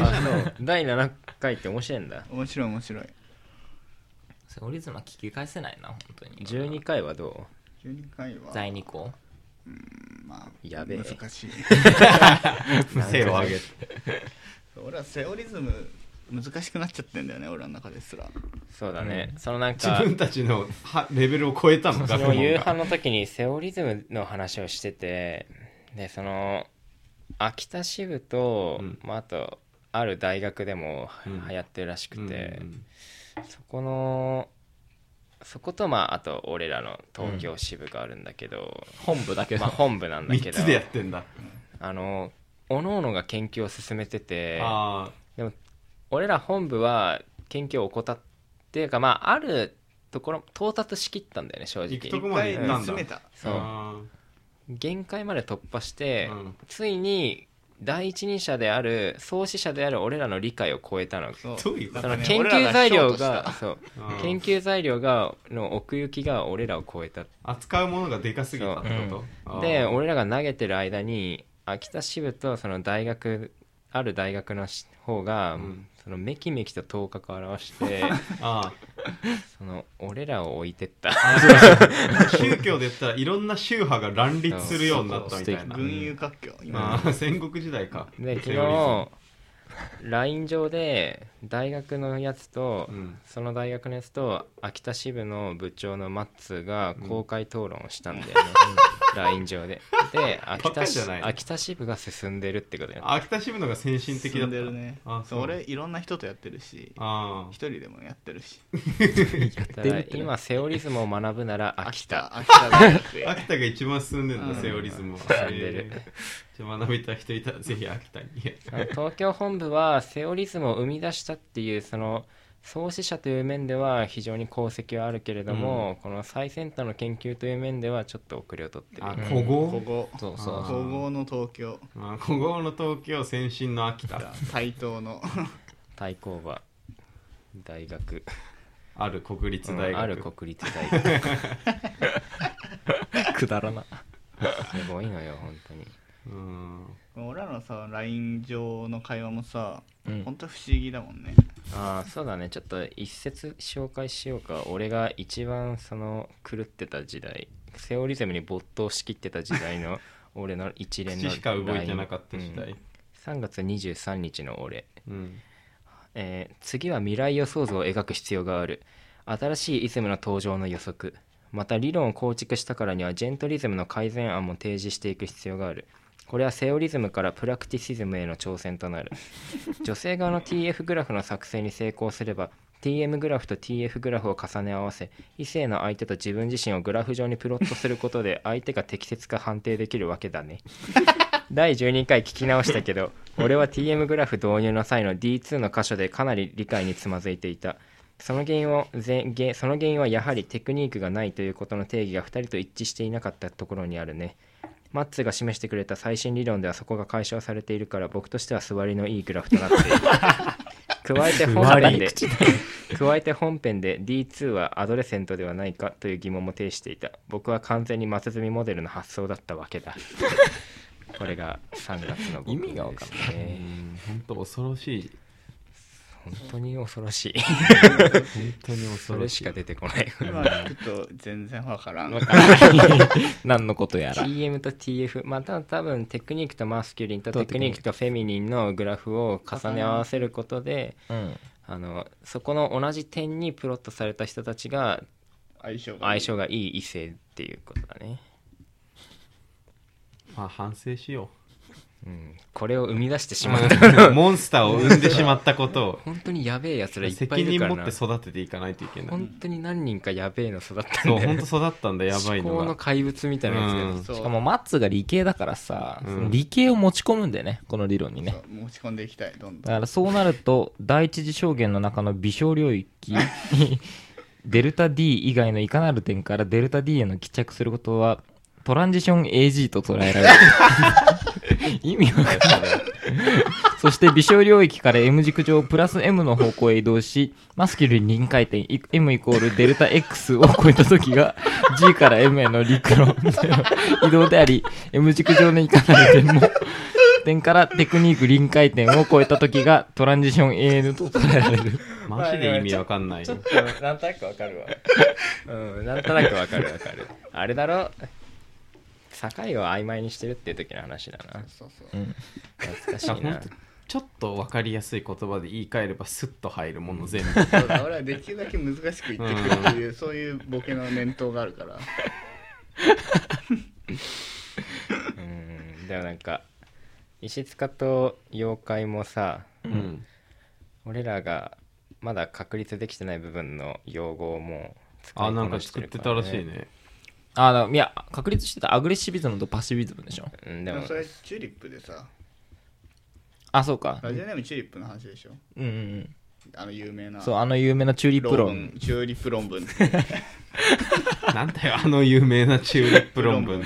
7回って面白いんだ。 面白い。 セオリズムは聞き返せないな本当に。 12回はどう？12回は第2項。 まあやべえ難しい。 精を上げて。 俺はセオリズム難しくなっちゃってんだよね俺の中ですら。 そうだね。そのなんか自分たちのレベルを超えたの。 その夕飯の時にセオリズムの話をしてて、でその秋田支部と、あとある大学でも流行ってるらしくて、そことあと俺らの東京支部があるんだけど、 本部だけど、 本部なんだけど 3つでやってんだ。 おのおのが研究を進めてて、でも俺ら本部は研究を怠っていうかあるところ到達しきったんだよね正直。 行くとこまで行ったんだ。 そう限界まで突破して、ついに第一人者である創始者である俺らの理解を超えたの。 どういうこと？ 研究材料が研究材料の奥行きが俺らを超えた。 扱うものがでかすぎたってこと？ で俺らが投げてる間に秋田支部とそのある大学の方が、そのめきめきと頭角を現してその俺らを置いてった宗教で言ったらいろんな宗派が乱立するようになったみたいな。 群雄割拠。 戦国時代か。 で昨日 LINE 上で大学のやつと、その大学のやつと秋田支部の部長のマッツーが公開討論をしたんだよね、LINE 上で。で秋田支部が進んでるってことよ。 秋田支部のが先進的だった。 ね。俺いろんな人とやってるし、一人でもやってるし。 今セオリズムを学ぶなら秋田が一番進んでるんだ。セオリズムは進んでる。学びたい人いたらぜひ秋田に。 東京本部はセオリズムを生み出したっていうその創始者という面では非常に功績はあるけれども、この最先端の研究という面ではちょっと遅れを取ってる。 古豪の東京。 古豪の東京、先進の秋田。 対等の対抗馬大学。 ある国立大学。 ある国立大学。 くだらな。 すごいのよ本当に。 俺らのさ LINE 上の会話もさ、本当不思議だもんね。 ああそうだね、ちょっと一節紹介しようか。俺が一番その狂ってた時代、セオリズムに没頭しきってた時代の俺の一連の LINE 口しか動いてなかった時代、 3月23日の俺、次は未来予想図を描く必要がある。新しいイズムの登場の予測、また理論を構築したからにはジェントリズムの改善案も提示していく必要がある。これはセオリズムからプラクティシズムへの挑戦となる。女性側の TF グラフの作成に成功すれば TM グラフと TF グラフを重ね合わせ、異性の相手と自分自身をグラフ上にプロットすることで相手が適切か判定できるわけだね。第12回聞き直したけど俺は TM グラフ導入の際の D2 の箇所でかなり理解につまずいていた。その原因はやはりテクニックがないということの定義が2人と一致していなかったところにあるね。マッツが示してくれた最新理論ではそこが解消されているから、僕としては座りのいいグラフとなっている。加えて本編で D2 はアドレセントではないかという疑問も呈していた。僕は完全に松積モデルの発想だったわけだ。これが3月の僕、 意味が分かんない。 本当恐ろしい。 本当に恐ろしい。 本当に恐ろしい。 それしか出てこない。 今聞くと全然わからん。 何のことやら。 TM と TF、また多分テクニックとマスキュリンとテクニックとフェミニンのグラフを重ね合わせることで、そこの同じ点にプロットされた人たちが相性がいい異性っていうことだね。 まあ反省しよこれを生み出してしまったモンスターを生んでしまったことを本当にやべえやつらいっぱいいるからな。 責任持って育てていかないといけない。 本当に何人かやべえの育ったんだよ。そう本当育ったんだ、やばいのが。 思考の怪物みたいなやつで、しかもマッツが理系だからさ、その理系を持ち込むんだよね、この理論にね。 持ち込んでいきたい、どんどん。 だからそうなると第一次象限の中の微小領域にデルタ D 以外のいかなる点からデルタ D への帰着することはトランジション AG と捉えられる。意味わかんない。そして微小領域から M 軸上プラス M の方向へ移動し、マスキュルに臨界点 M イコールデルタ X を超えたときが G から M への陸路移動であり、M 軸上のいかなる点からテクニック臨界点を超えたときがトランジション AN と捉えられる。 マジで意味わかんない。 ちょっとなんとなくわかるわ。なんとなくわかる。あれだろ、境を曖昧にしてるっていう時の話だな。懐かしいな。 ちょっと分かりやすい言葉で言い換えればスッと入るもの全部。 そうだ、俺はできるだけ難しく言ってくるっていう、そういうボケの念頭があるから。 でもなんか石塚と妖怪もさ、俺らがまだ確立できてない部分の用語をもう使いこなしてるから、ね、なんか作ってたらしいね。 いや確立してたアグレッシビズムとパッシビズムでしょ。 でもそれチューリップでさ、 そうか、 ラジオネームチューリップの話でしょ。有名な、 そう有名なチューリップ論チューリップ論文なんだよ有名なチューリップ論文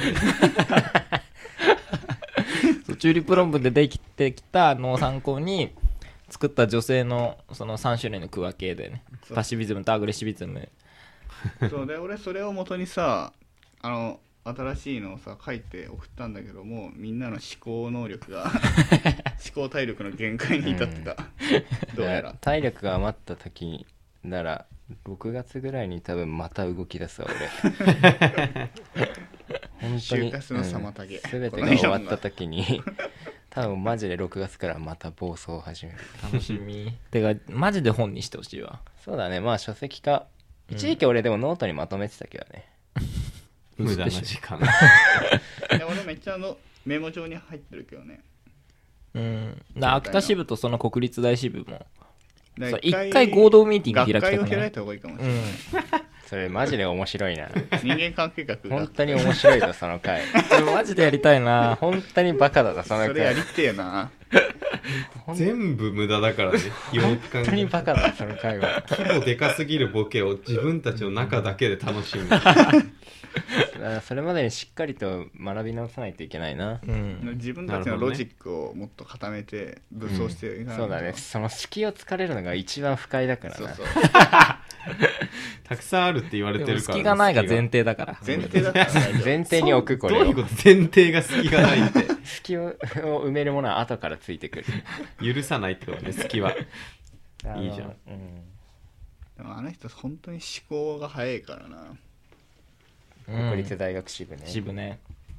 そうチューリップ論文でできてきたのを参考に作った女性のその3種類の区分けでね、パッシビズムとアグレッシビズム。 そうで、俺それを元にさ、新しいのをさ書いて送ったんだけども、みんなの思考能力が思考体力の限界に至ってた。どうやら体力が余った時なら6月ぐらいに多分また動き出すわ俺。本当に就活の妨げ、 全てが終わった時に多分マジで6月からまた暴走を始める。 楽しみ。てかマジで本にしてほしいわ。 そうだね、まあ書籍化、一時期俺でもノートにまとめてたけどね。 無駄な時間。 俺めっちゃメモ帳に入ってるけどね。 秋田支部とその国立大支部も一回合同ミーティング開きたくない？ 学会を開いた方がいいかもしれない。 それマジで面白いな。 人間関係学本当に面白いぞその回。 マジでやりたいな。 本当にバカだなその回。 それやりてえな。 全部無駄だからね。 本当にバカだその回は。 規模でかすぎるボケを自分たちの中だけで楽しむ。 それまでにしっかりと学び直さないといけないな。 自分たちのロジックをもっと固めて武装していかないと。 そうだね、その隙を突かれるのが一番不快だからな。 たくさんあるって言われてるから。 隙がないが前提だから。 前提だったら前提に置くこれどういうこと前提が隙がないって隙を埋めるものは後からついてくる許さないってことね、隙は。いいじゃん。 でもあの人本当に思考が早いからな。 国立大学支部ね。 支部ね。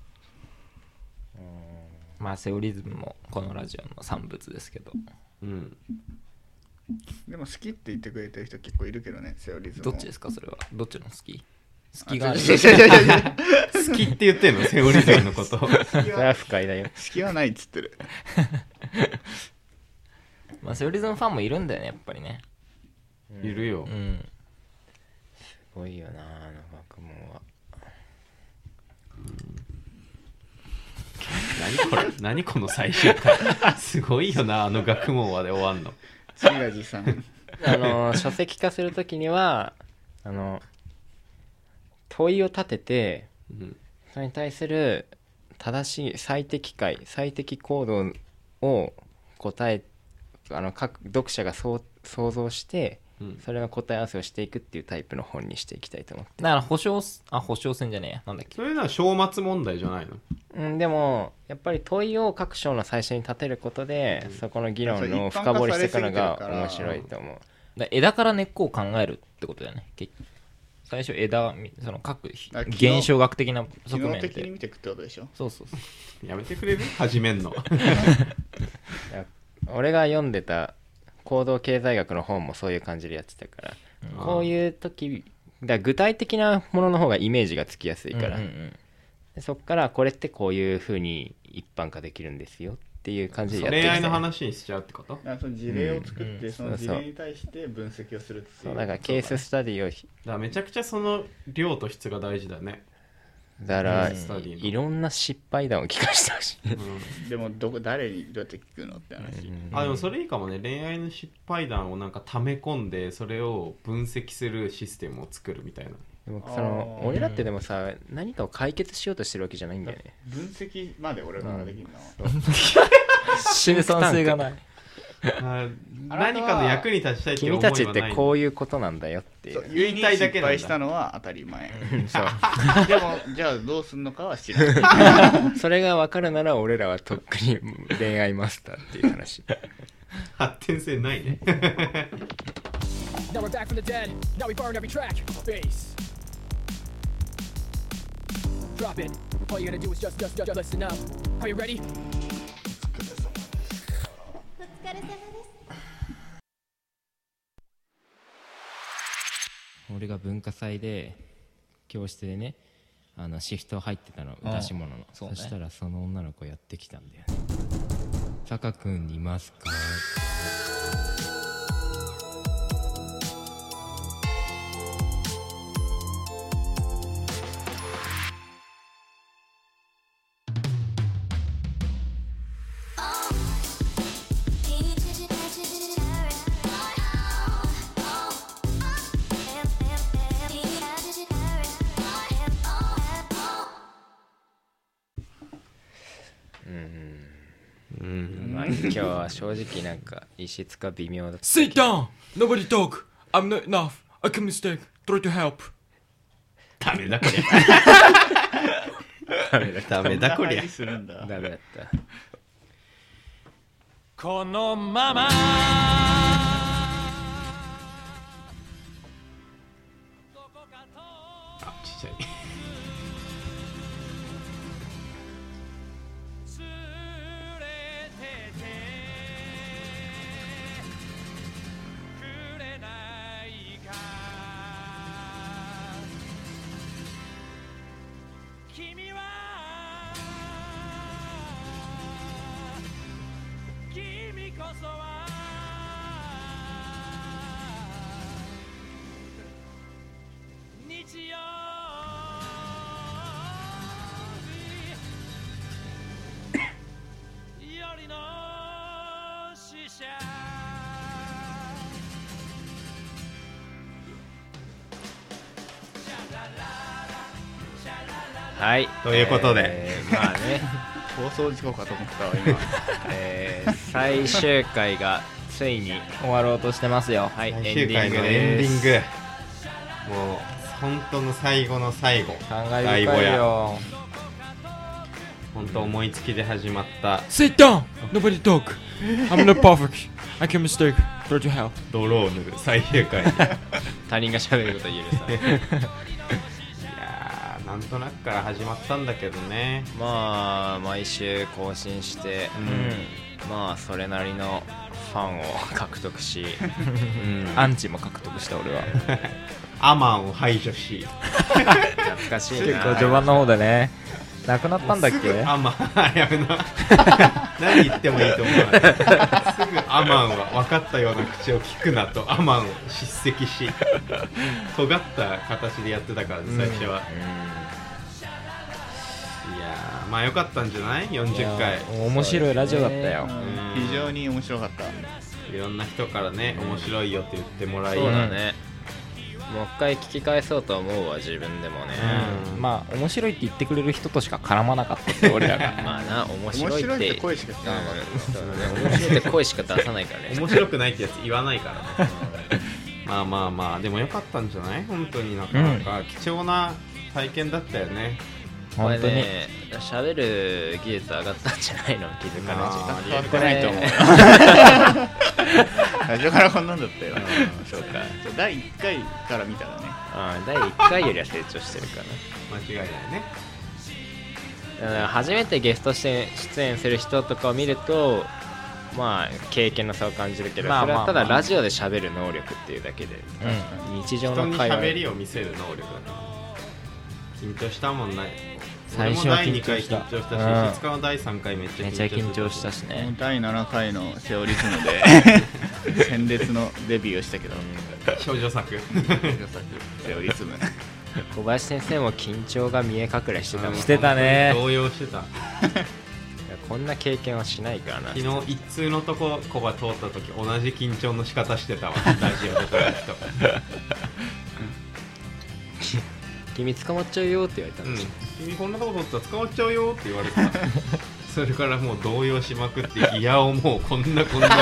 まあセオリズムもこのラジオの産物ですけど。 でも好きって言ってくれてる人結構いるけどね、セオリズム。 どっちですかそれは。どっちの好き？好きがある。 好きって言ってんのセオリズムのこと。 それは不快だよ。 好きはないっつってる。 まあセオリズムファンもいるんだよねやっぱりね。 いるよ。 すごいよなあの学問は。 何これ、何この最終回。すごいよなあの学問はで終わんの。 シラジさん。 書籍化するときには問いを立てて、それに対する正しい最適解最適行動を答え各読者が想像して、それの答え合わせをしていくっていうタイプの本にしていきたいと思って。 だから保証線じゃねえや、なんだっけ。 それなら章末問題じゃないの？ でもやっぱり問いを各章の最初に立てることで、そこの議論を深掘りしていくのが面白いと思う。 だ枝から根っこを考えるってことだよね。最初枝、その各現象学的な側面で機能的に見ていくってことでしょ。 そうやめてくれる？始めんの。 俺が読んでた行動経済学の本もそういう感じでやってたから、こういう時だ具体的なものの方がイメージがつきやすいから、でそっからこれってこういう風に一般化できるんですよっていう感じでやっていきたい。 恋愛の話にしちゃうってこと？ その事例を作って、その事例に対して分析をするっていう。 そうだからケーススタディをだからめちゃくちゃその量と質が大事だね。 だからいろんな失敗談を聞かせてほしい、 でも誰にどうやって聞くのって話、 でもそれいいかもね。恋愛の失敗談をなんか溜め込んでそれを分析するシステムを作るみたいな。 でも俺らってでもさ、何かを解決しようとしてるわけじゃないんだよね。 分析まで俺らができるの、 生産性がない。 何かの役に立ちたいって思いはない。 君たちってこういうことなんだよっていう。 言いたいだけ失敗したのは当たり前。そうでもじゃあどうすんのかは知らない。 それが分かるなら俺らはとっくに恋愛マスターっていう話。 発展性ないね。 Now we're back from the dead. Now we burn every track. Bass. Drop it. All you gotta do is just listen up. Are you ready? 俺が文化祭で教室でねシフト入ってたの、出し物の。そしたらその女の子やってきたんだよね。坂くんいますか？今日は正直なんか異質か微妙だった。 Sit down! Nobody talk! I'm not enough! I can mistake! Try to help! ダメだこりゃ。ダメだこりゃ。 ダメだった。 このままちっちゃい。 はい、 ということで、 まあね放送事故かと思ったわ今。 最終回がついに終わろうとしてますよ。 はい、 最終回のエンディング。 もう本当の最後の最後、 感慨深いよ。 本当思いつきで始まった。 Sit down! Nobody talk! I'm not perfect! I can mistake! Throw to hell! 泥を塗る最終回他人が喋ること言えるさいやー、なんとなくから始まったんだけどね。 まあ毎週更新して、まあそれなりのファンを獲得し、 アンチも獲得した俺はアマンを排除し懐かしいな。 結構序盤の方でね、なくなったんだっけ。 アマンやめな何言ってもいいと思う。すぐアマンは分かったような口を聞くなとアマンを叱責し、尖った形でやってたからね最初は。いやー、まあ良かったんじゃない40回。 面白いラジオだったよ。 非常に面白かった。 いろんな人からね、面白いよって言ってもらい、 そうだね、もう一回聞き返そうと思うわ自分でもね。 まあ面白いって言ってくれる人としか絡まなかったって俺らがまあな、面白いって声しか聞かなかった。 面白いって声しか出さないからね。 面白くないってやつ言わないからねまあまあまあ、でも良かったんじゃない。本当になかなか貴重な体験だったよね。 これね、喋る技術上がったんじゃないの、気づかない。 変わってないと思う最初からこんなんだったよ。 そうか、 第1回から見たらね、 第1回よりは成長してるか間違いないね。 な。だから初めてゲスト出演する人とかを見ると、まあ経験の差を感じるけど、それはただラジオで喋る能力っていうだけで、日常の会話、 人に喋りを見せる能力だね。緊張したもんない。 最初は第2回緊張したし、質感は第3回めっちゃ緊張したしね。 第7回のセオリズムで鮮烈のデビューをしたけど、 少女作セオリズム小林先生も緊張が見え隠れしてたもん。 してたね。 動揺してたこんな経験はしないからな。 昨日一通のとこ子が通った時同じ緊張の仕方してたわラジオで撮る人君捕まっちゃうよって言われたんですよ、 君こんなとこ撮ったら捕まっちゃうよって言われてたそれからもう動揺しまくってギアをもうこんなそれ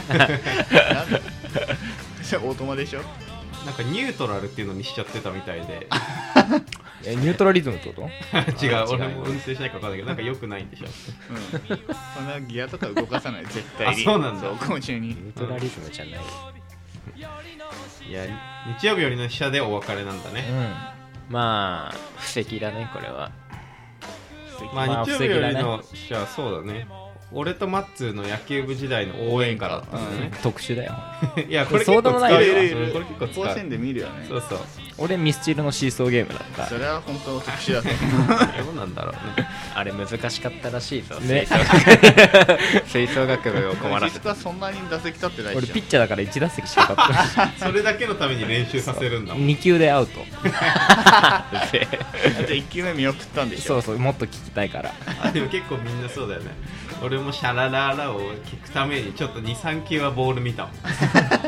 オートマでしょ。 なんかニュートラルっていうのにしちゃってたみたいでニュートラリズムってこと違う、俺も運転しないか分かんないけどなんか良くないんでしょ、 そんなギアとか動かさない絶対に。 あ、そうなんだ。 走行中にニュートラリズムじゃない。 いや、日曜日よりの飛車でお別れなんだね。 まあ布石だねこれは。 まあ日曜日よりの飛車はそうだね。俺とマッツーの野球部時代の応援歌だったんだね。 特殊だよ。 いや、これ結構使うよ。これ結構使う。 甲子園で見るよね。 そうそう。 俺ミスチルのシーソーゲームだった。 それは本当特殊だと思う。どうなんだろうね。 あれ難しかったらしいぞ。吹奏楽部を困らせた。 そんなに打席立ってないし。 俺ピッチャーだから1打席しか立ってない。 それだけのために練習させるんだもん。 2球でアウト。 あと1球目見送ったんでしょ。 そうそう、もっと聞きたいから。 あ、でも結構みんなそうだよね。俺もシャラララを聞くためにちょっと 2,3 球はボール見たもん。 ま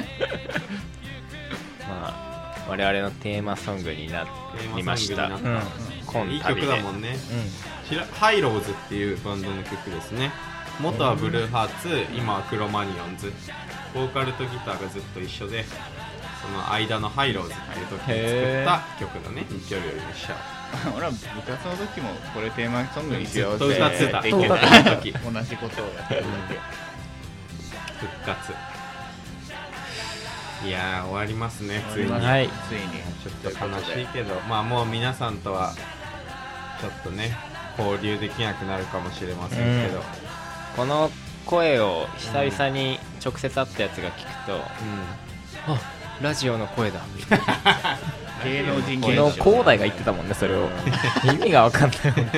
あ我々のテーマソングになりました。 いい曲だもんね。ハイローズっていうバンドの曲ですね。元はブルーハーツ、今はクロマニオンズ。ボーカルとギターがずっと一緒で、その間のハイローズっていう時に作った曲だね。日曜日よりの飛車。 俺は部活の時もこれテーマソングにしようって歌ってた。 同じことをやってるだけ。 復活。いやー、終わりますね、ついに。 はい、 ついに。 ちょっと悲しいけど、まあもう皆さんとはちょっとね交流できなくなるかもしれませんけど、 この声を久々に直接会ったやつが聞くと、あ、ラジオの声だ芸能人昨日広大が言ってたもんね、それを。意味が分かんない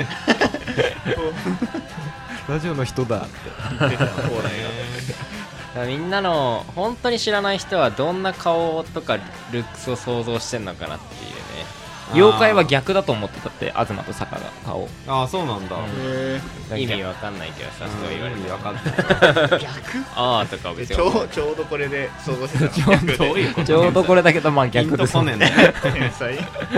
ラジオの人だって言ってた。そうだね。 みんなの本当に知らない人はどんな顔とかルックスを想像してんのかなっていうね。 妖怪は逆だと思ってたって、東と坂が顔。 ああ、そうなんだ。 意味わかんないけどさ、そう言われてわかんない。 逆？ ああとか別にちょうどこれで想像してた。 ちょうどこれだけど、まあ逆ですね。 天才。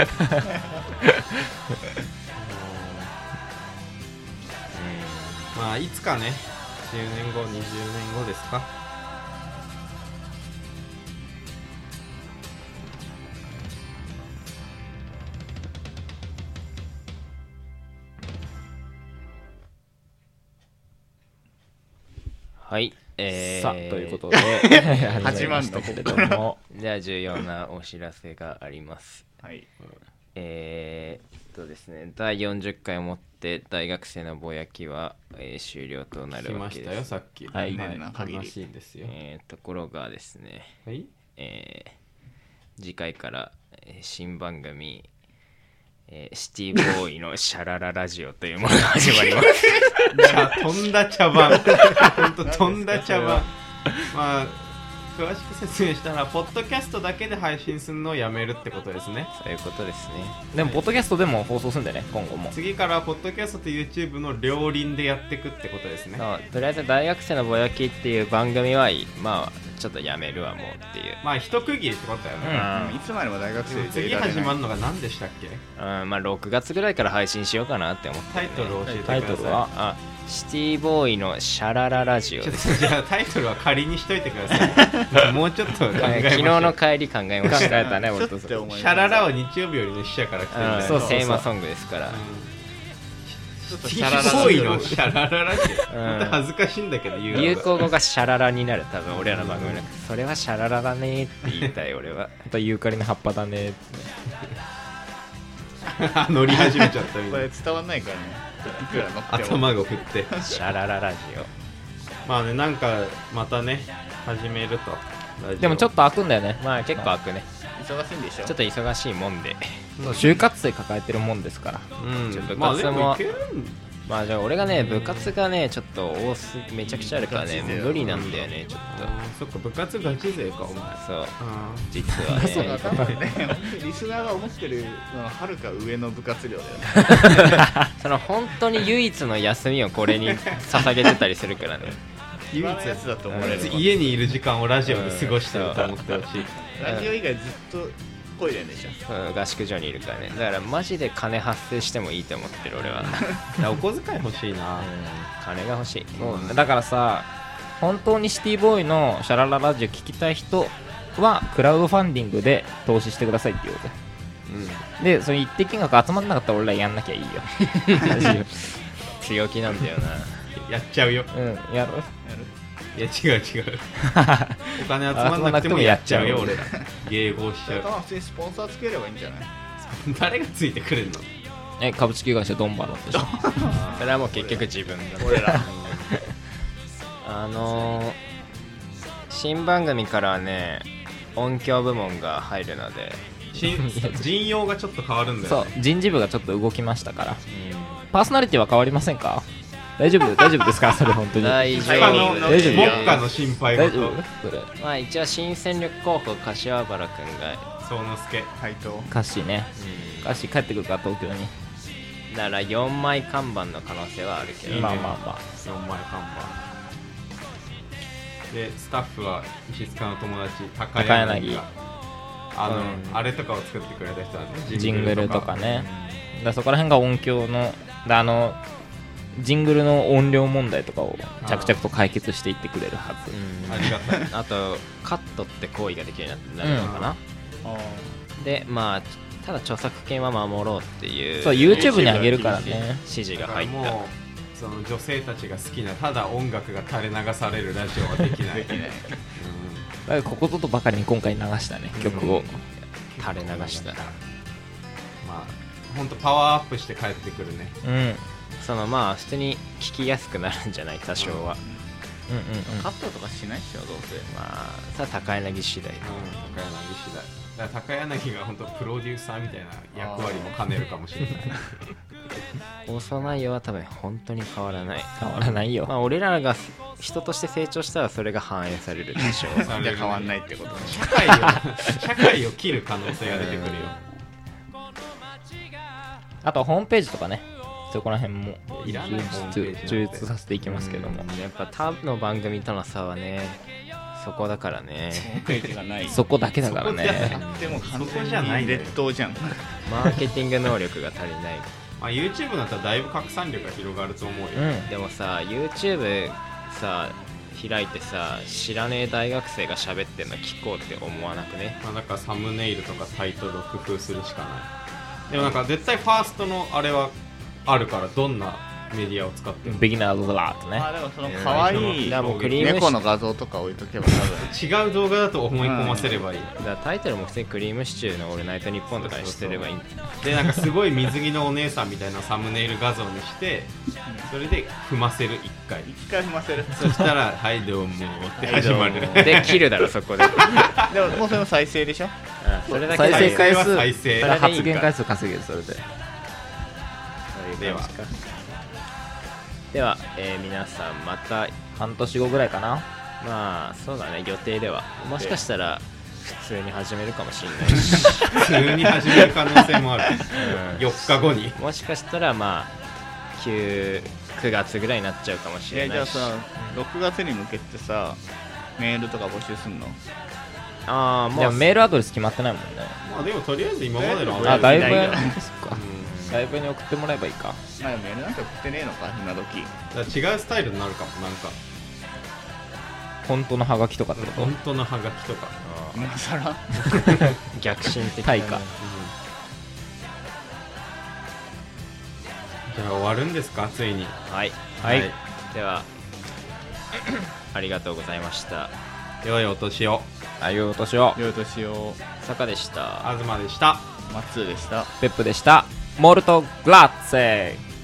まあいつかね、10年後、20年後ですか。 はい、 さあということで始まりましたけれどもじゃあ重要なお知らせがあります。 はいですね、第40回をもって大学生のぼやきは、終了となるわけです。 来ましたよさっき。 はい、 悲しいですよ。 ところがですね、 はい、 次回から、新番組、シティボーイのシャラララジオというものが始まります。 飛んだ茶番。ほんと飛んだ茶番。まあ詳しく説明したらポッドキャストだけで配信するのをやめるってことですね。 そういうことですね。 でもポッドキャストでも放送するんだよね、今後も。 次からポッドキャストと YouTube の両輪でやっていくってことですね。 とりあえず大学生のぼやきっていう番組はまあちょっとやめるわもうっていう、 まあ一区切りってことだよね。 いつまでも大学生で次始まるのが何でしたっけ？ まあ6月ぐらいから配信しようかなって思って、 タイトルを教えてください。 タイトルはシティボーイのシャラララジオです。 じゃあタイトルは仮にしといてください。もうちょっと考えましょう。 昨日の帰り考えました。 考えたね、俺と。 シャララは日曜日よりの死者から来てるんだよ。 そう、テーマソングですから。 シャララボーイのシャラララジオ。本当恥ずかしいんだけど言うのが。 流行語がシャララになる、多分俺らの番組なんか。それはシャララだねって言いたい俺は。 あとユーカリの葉っぱだねって。 乗り始めちゃったみたいな。 これ伝わんないからね。いくら乗っても頭を振ってシャラララジオ。まあね、なんかまたね始めると。 でもちょっと開くんだよね。 まあ結構開くね。 忙しいんでしょ。 ちょっと忙しいもんで、 就活生抱えてるもんですから。 部活もまあじゃあ俺がね部活がねちょっとめちゃくちゃあるからね無理なんだよねちょっと。 そっか部活ガチ勢かお前。 そう実はね。 リスナーが思ってるはるか上の部活量だよね。 その本当に唯一の休みをこれに捧げてたりするからね。 唯一やつだと思われる。 家にいる時間をラジオで過ごしてると思ってほしい。 ラジオ以外ずっとトイレでしょ。 合宿所にいるからね。だからマジで金発生してもいいと思ってる俺は。 お小遣い欲しいな。 金が欲しい。 だからさ、本当にシティボーイのシャラララジオ聞きたい人はクラウドファンディングで投資してくださいって言おうぜ。でその一定金額集まんなかったら俺らやんなきゃいいよ。 強気なんだよな。 やっちゃうよ。 やろう。 いや違うお金集まんなくてもやっちゃうよ俺ら。迎合しちゃう。 普通にスポンサーつければいいんじゃない？ 誰がついてくれんの？ 株式会社ドンバロでしょ。 それはもう結局自分だ。 俺ら新番組からはね音響部門が入るので陣容がちょっと変わるんだよね。 そう人事部がちょっと動きましたから、パーソナリティは変わりませんか？大丈夫ですか？それ本当に大丈夫。 目下の心配大丈夫？ まあ一応新戦力候補柏原くんが宗之助配当カッシーね、カッシー帰ってくるから東京に。 だから4枚看板の可能性はあるけど、 まあ 4枚看板でスタッフは石塚の友達高柳があれとかを作ってくれた人なんで、 ジングルとかね。だそこら辺が音響のジングルの音量問題とかを着々と解決していってくれるはず。 ありがたい。 あとカットって行為ができるようになるのかな。でまあただ著作権は守ろうっていう。 そう YouTube に上げるからね。 指示が入った。 もうその女性たちが好きなただ音楽が垂れ流されるラジオはできない。 だからここぞとばかりに今回流したね曲を垂れ流した。 まあ本当パワーアップして帰ってくるね。 そのまあ普通に聞きやすくなるんじゃない多少は。 カットとかしないっしょどうせ。 まあさあ高柳次第。 高柳次第。だから高柳が本当プロデューサーみたいな役割も兼ねるかもしれない。 放送内容は多分本当に変わらない。 変わらないよ。 まあ俺らが人として成長したらそれが反映されるでしょう。 じゃ変わんないってことね。 社会を切る可能性が出てくるよ。 あとホームページとかね。そこら辺も充実させていきますけども、 やっぱ他の番組との差はねそこだからね。 そこだけだからね。 でも完全に劣等じゃん。 マーケティング能力が足りない。 まあ YouTube だったらだいぶ拡散力が広がると思うよ。 でもさ YouTube さ開いてさ知らねえ大学生が喋ってんの聞こうって思わなくね。 まあだからサムネイルとかタイトルを工夫するしかない。でもなんか絶対ファーストのあれはあるから、どんなメディアを使ってビギナーズラットね。 でもその可愛い猫の画像とか置いとけば多分違う動画だと思い込ませればいい。 だからタイトルも普通にクリームシチューのオールナイトニッポンとかにしてればいいんだ。 でなんかすごい水着のお姉さんみたいなサムネイル画像にしてそれで踏ませる1回踏ませる。 そしたら「はいどうも」って始まる。 で切るだろそこで。 でももうそれも再生でしょ。 それだけ再生回数再生発言回数稼げる。それででは、皆さんまた半年後ぐらいかな。 まあそうだね、予定ではもしかしたら普通に始めるかもしれないし普通に始める可能性もある、4日後にもしかしたらまあ9月ぐらいになっちゃうかもしれないし。 じゃあさ6月に向けてさメールとか募集すんの？ ああもうでもメールアドレス決まってないもんね。 まあでもとりあえず今までのだいぶライブに送ってもらえばいいか。 まあメールなんて送ってねえのか今時。 違うスタイルになるかも。なんか本当のハガキとかってこと？ 本当のハガキとか今更逆進的な対価。 じゃあ終わるんですかついに。 はいはい、ではありがとうございました。 良いお年を。 良いお年を。 良いお年を。 坂でした。 東でした。 松でした。 ペップでした。モルトグラッツェ。